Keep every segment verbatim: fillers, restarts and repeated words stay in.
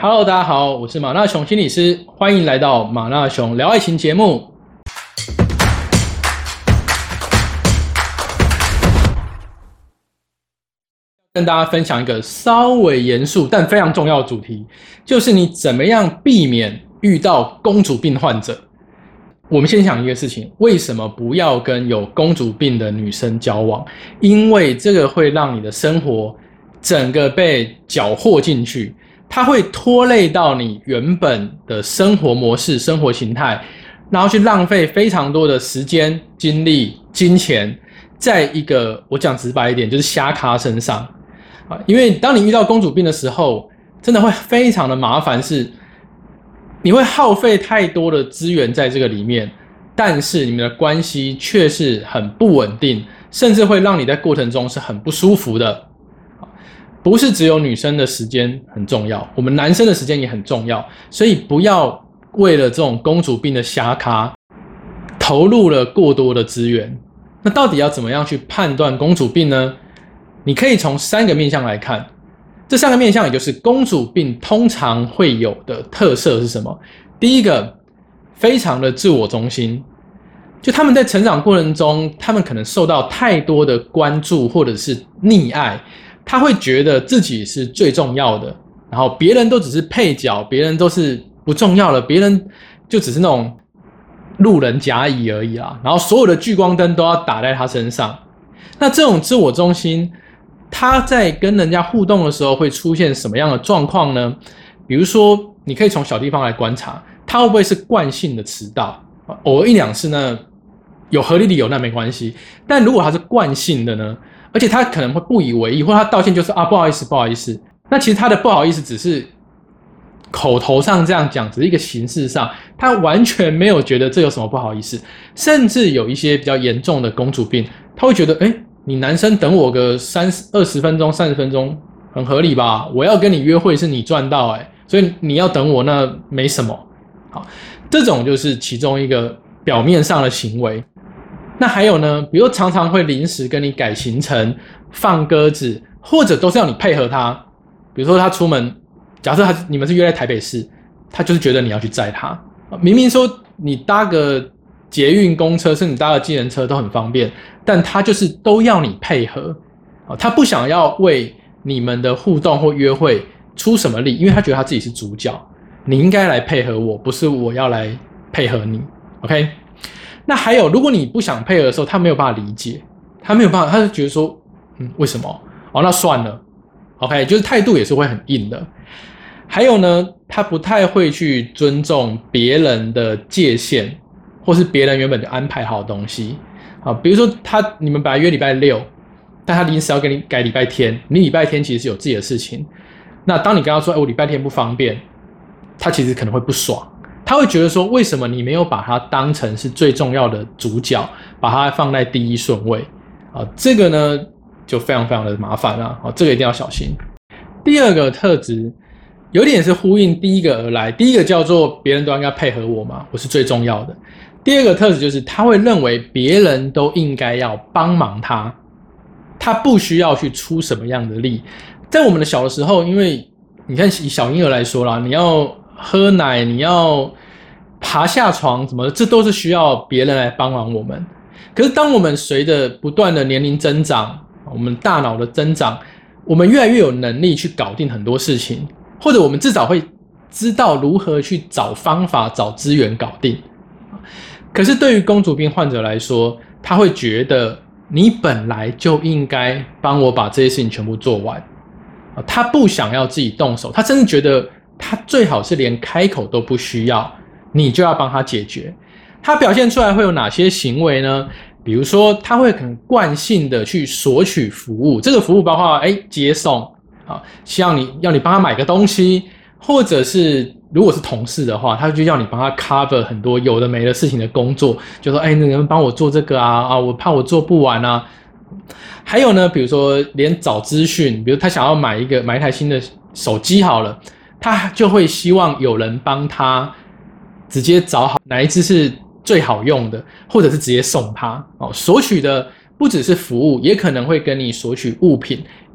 Hello， 大家好，我是马纳雄心理师，欢迎来到马纳雄聊爱情节目。跟大家分享一个稍微严肃但非常重要的主题，就是你怎么样避免遇到公主病患者。我们先想一个事情，为什么不要跟有公主病的女生交往？因为这个会让你的生活整个被搅和进去，它会拖累到你原本的生活模式、生活形态，然后去浪费非常多的时间、精力、金钱，在一个我讲直白一点，就是瞎咖身上。因为当你遇到公主病的时候，真的会非常的麻烦，是你会耗费太多的资源在这个里面，但是你们的关系却是很不稳定，甚至会让你在过程中是很不舒服的。不是只有女生的时间很重要，我们男生的时间也很重要，所以不要为了这种公主病的瞎咖投入了过多的资源。那到底要怎么样去判断公主病呢？你可以从三个面向来看，这三个面向也就是公主病通常会有的特色是什么？第一个，非常的自我中心，就他们在成长过程中，他们可能受到太多的关注或者是溺爱，他会觉得自己是最重要的，然后别人都只是配角，别人都是不重要的，别人就只是那种路人甲乙而已啦，然后所有的聚光灯都要打在他身上。那这种自我中心，他在跟人家互动的时候会出现什么样的状况呢？比如说你可以从小地方来观察，他会不会是惯性的迟到，偶尔一两次呢有合理理由那没关系，但如果他是惯性的呢，而且他可能会不以为意，或他道歉就是啊不好意思不好意思，那其实他的不好意思只是口头上这样讲，只是一个形式上，他完全没有觉得这有什么不好意思。甚至有一些比较严重的公主病，他会觉得诶你男生等我个三十二十分钟三十分钟很合理吧，我要跟你约会是你赚到诶所以你要等我那没什么。好，这种就是其中一个表面上的行为。那还有呢，比如常常会临时跟你改行程、放鸽子，或者都是要你配合他。比如说他出门，假设他你们是约在台北市，他就是觉得你要去载他。明明说你搭个捷运、公车，甚至你搭个计程车都很方便，但他就是都要你配合。他不想要为你们的互动或约会出什么力，因为他觉得他自己是主角，你应该来配合我，不是我要来配合你。OK？ 那还有，如果你不想配合的时候，他没有办法理解，他没有办法，他就觉得说，嗯，为什么？哦，那算了。OK， 就是态度也是会很硬的。还有呢，他不太会去尊重别人的界限，或是别人原本就安排好的东西。啊，比如说他你们本来约礼拜六，但他临时要给你改礼拜天，你礼拜天其实是有自己的事情。那当你跟他说，哎，我礼拜天不方便，他其实可能会不爽。他会觉得说，为什么你没有把他当成是最重要的主角，把他放在第一顺位啊？这个呢就非常非常的麻烦了啊，这个一定要小心。第二个特质有点是呼应第一个而来，第一个叫做别人都应该配合我嘛，我是最重要的。第二个特质就是他会认为别人都应该要帮忙他，他不需要去出什么样的力。在我们的小的时候，因为你看以小婴儿来说啦，你要喝奶，你要爬下床什么的，这都是需要别人来帮忙我们。可是当我们随着不断的年龄增长，我们大脑的增长，我们越来越有能力去搞定很多事情，或者我们至少会知道如何去找方法找资源搞定。可是对于公主病患者来说，他会觉得你本来就应该帮我把这些事情全部做完，他不想要自己动手，他甚至觉得他最好是连开口都不需要，你就要帮他解决。他表现出来会有哪些行为呢？比如说他会很惯性的去索取服务，这个服务包括哎接送啊，希望你要你帮他买个东西，或者是如果是同事的话，他就要你帮他 cover 很多有的没的事情的工作，就说哎，你能不能帮我做这个啊？啊，我怕我做不完啊。还有呢，比如说连找资讯，比如他想要买一个买一台新的手机好了，他就会希望有人帮他直接找好哪一支是最好用的，或者是直接送他。哦，索取的不只是服务，也可能会跟你索取物品，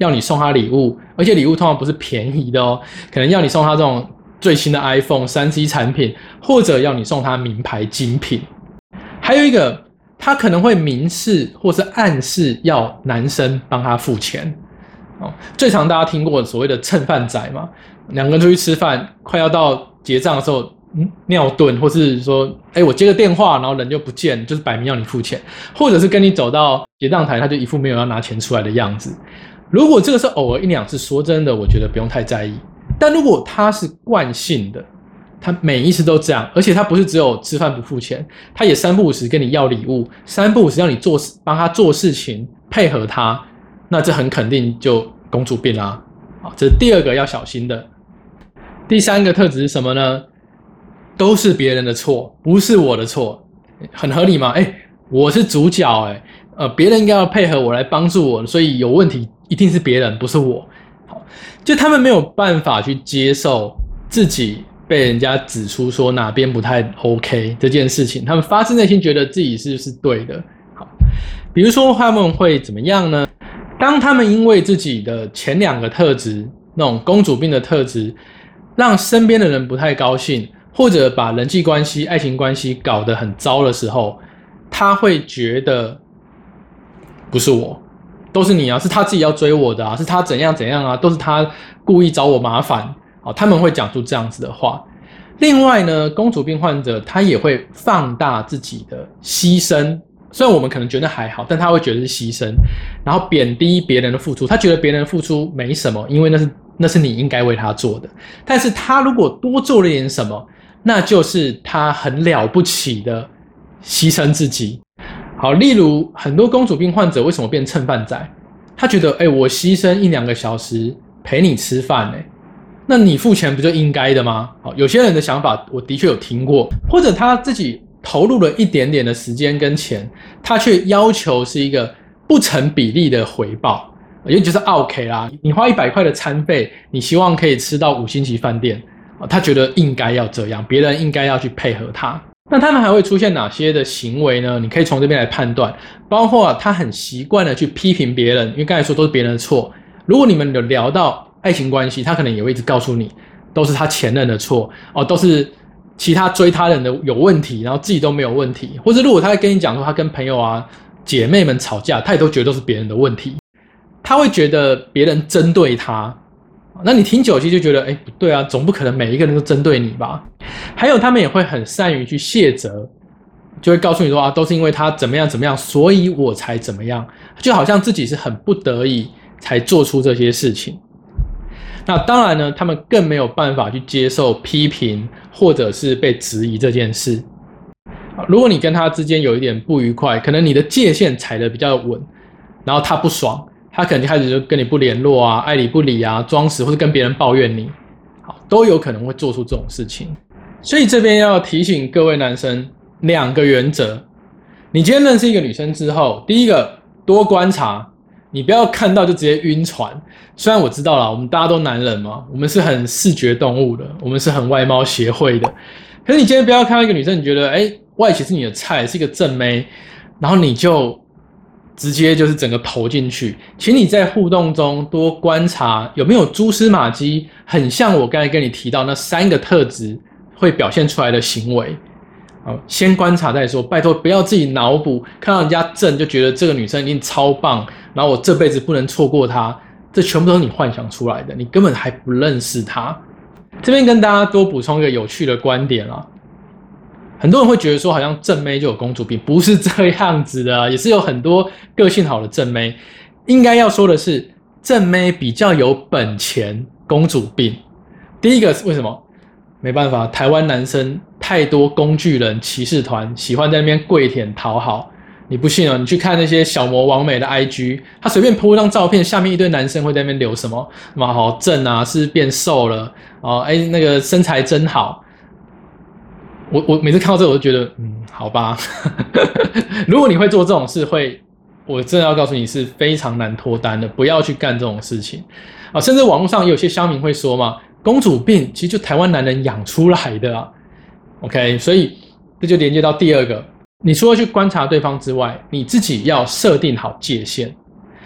要你送他礼物，而且礼物通常不是便宜的哦，可能要你送他这种最新的 iPhone 三 C 产品，或者要你送他名牌精品。还有一个，他可能会明示或是暗示要男生帮他付钱。哦，最常大家听过所谓的蹭饭仔嘛，两个人出去吃饭，快要到结账的时候，嗯，尿遁，或是说，哎，我接个电话，然后人就不见，就是摆明要你付钱，或者是跟你走到结账台，他就一副没有要拿钱出来的样子。如果这个是偶尔一两次，说真的，我觉得不用太在意。但如果他是惯性的，他每一次都这样，而且他不是只有吃饭不付钱，他也三不五时跟你要礼物，三不五时让你做帮他做事情，配合他，那这很肯定就公主病啦。好，这是第二个要小心的。第三个特质是什么呢？都是别人的错，不是我的错，很合理吗？哎，我是主角，哎，呃，别人应该要配合我来帮助我，所以有问题一定是别人，不是我。好，就他们没有办法去接受自己被人家指出说哪边不太 OK 这件事情，他们发自内心觉得自己是是对的。好，比如说他们会怎么样呢？当他们因为自己的前两个特质，那种公主病的特质，让身边的人不太高兴，或者把人际关系、爱情关系搞得很糟的时候，他会觉得不是我，都是你啊，是他自己要追我的啊，是他怎样怎样啊，都是他故意找我麻烦。好，他们会讲出这样子的话。另外呢，公主病患者他也会放大自己的牺牲，虽然我们可能觉得还好，但他会觉得是牺牲，然后贬低别人的付出，他觉得别人的付出没什么，因为那是那是你应该为他做的。但是他如果多做了点什么，那就是他很了不起的牺牲自己。好，例如很多公主病患者为什么变蹭饭仔？他觉得，哎，我牺牲一两个小时陪你吃饭，哎，那你付钱不就应该的吗？好，有些人的想法我的确有听过，或者他自己投入了一点点的时间跟钱，他却要求是一个不成比例的回报，也就是 OK 啦。你花一百块的餐费，你希望可以吃到五星级饭店，他觉得应该要这样，别人应该要去配合他。那他们还会出现哪些的行为呢？你可以从这边来判断，包括他很习惯的去批评别人，因为刚才说都是别人的错。如果你们有聊到爱情关系，他可能也会一直告诉你都是他前任的错哦，都是其他追他人的有问题，然后自己都没有问题。或者如果他跟你讲说他跟朋友啊姐妹们吵架，他也都觉得都是别人的问题，他会觉得别人针对他。那你听久期就觉得，哎，不对啊，总不可能每一个人都针对你吧？还有他们也会很善于去卸责，就会告诉你说啊，都是因为他怎么样怎么样，所以我才怎么样，就好像自己是很不得已才做出这些事情。那当然呢，他们更没有办法去接受批评或者是被质疑这件事。如果你跟他之间有一点不愉快，可能你的界限踩得比较稳，然后他不爽，他可能开始就跟你不联络啊，爱理不理啊，装死或是跟别人抱怨你，好，都有可能会做出这种事情。所以这边要提醒各位男生两个原则。你今天认识一个女生之后，第一个多观察，你不要看到就直接晕船。虽然我知道啦，我们大家都男人嘛，我们是很视觉动物的，我们是很外貌协会的。可是你今天不要看到一个女生，你觉得哎，外形是你的菜，是一个正妹，然后你就直接就是整个投进去。请你在互动中多观察有没有蛛丝马迹，很像我刚才跟你提到那三个特质会表现出来的行为。好，先观察再说，拜托不要自己脑补，看到人家正就觉得这个女生一定超棒，然后我这辈子不能错过她，这全部都是你幻想出来的，你根本还不认识她。这边跟大家多补充一个有趣的观点啦，很多人会觉得说好像正妹就有公主病，不是这样子的啊，也是有很多个性好的正妹。应该要说的是，正妹比较有本钱，公主病。第一个是为什么？没办法，台湾男生太多工具人骑士团，喜欢在那边跪舔讨好。你不信哦，你去看那些小模王美的 I G， 他随便 po 一张照片，下面一堆男生会在那边留什么什么好正啊，是变瘦了哦，哎那个身材真好。我我每次看到这个我就觉得，嗯，好吧。如果你会做这种事，会，我真的要告诉你是非常难脱单的，不要去干这种事情啊！甚至网络上也有些乡民会说嘛，公主病其实就台湾男人养出来的啊。OK， 所以这就连接到第二个，你除了去观察对方之外，你自己要设定好界限。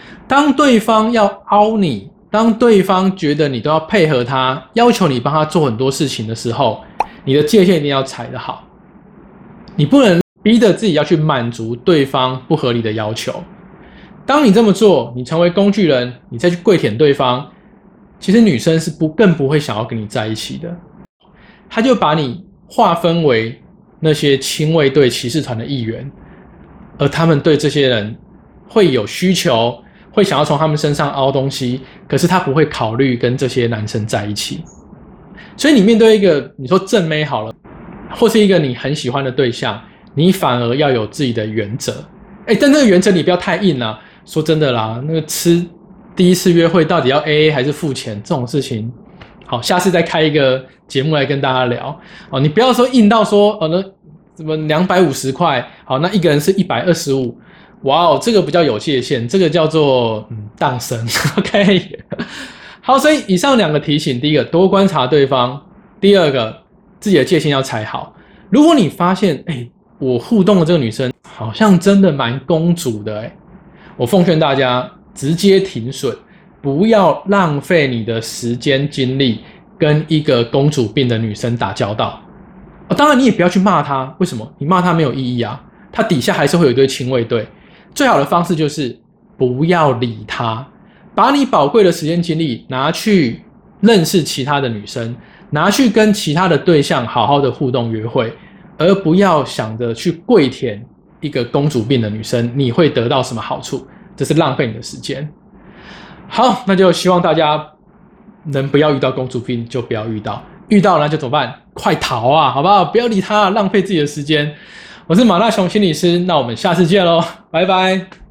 当对方要凹你，当对方觉得你都要配合他，要求你帮他做很多事情的时候，你的界限一定要踩得好。你不能逼着自己要去满足对方不合理的要求。当你这么做，你成为工具人，你再去跪舔对方，其实女生是不更不会想要跟你在一起的。他就把你划分为那些亲卫队骑士团的一员，而他们对这些人会有需求，会想要从他们身上凹东西，可是他不会考虑跟这些男生在一起。所以你面对一个你说正妹好了，或是一个你很喜欢的对象，你反而要有自己的原则。哎，但那个原则你不要太硬啊。说真的啦，那个吃第一次约会到底要 A A 还是付钱这种事情，好，下次再开一个节目来跟大家聊。哦，你不要说硬到说哦那什么两百五十块，好，那一个人是一百二十五，哇哦，这个不叫有界限，这个叫做嗯荡生。OK， 好，所以以上两个提醒，第一个多观察对方，第二个自己的界限要踩好。如果你发现哎，我互动的这个女生好像真的蛮公主的哎。我奉劝大家直接停损，不要浪费你的时间精力跟一个公主病的女生打交道。哦，当然你也不要去骂她，为什么？你骂她没有意义啊，她底下还是会有一堆亲卫队。最好的方式就是不要理她，把你宝贵的时间精力拿去认识其他的女生，拿去跟其他的对象好好的互动约会，而不要想着去跪舔一个公主病的女生，你会得到什么好处？这是浪费你的时间。好，那就希望大家能不要遇到公主病就不要遇到，遇到了就怎么办？快逃啊，好不好？不要理他，浪费自己的时间。我是马大雄心理师，那我们下次见咯，拜拜。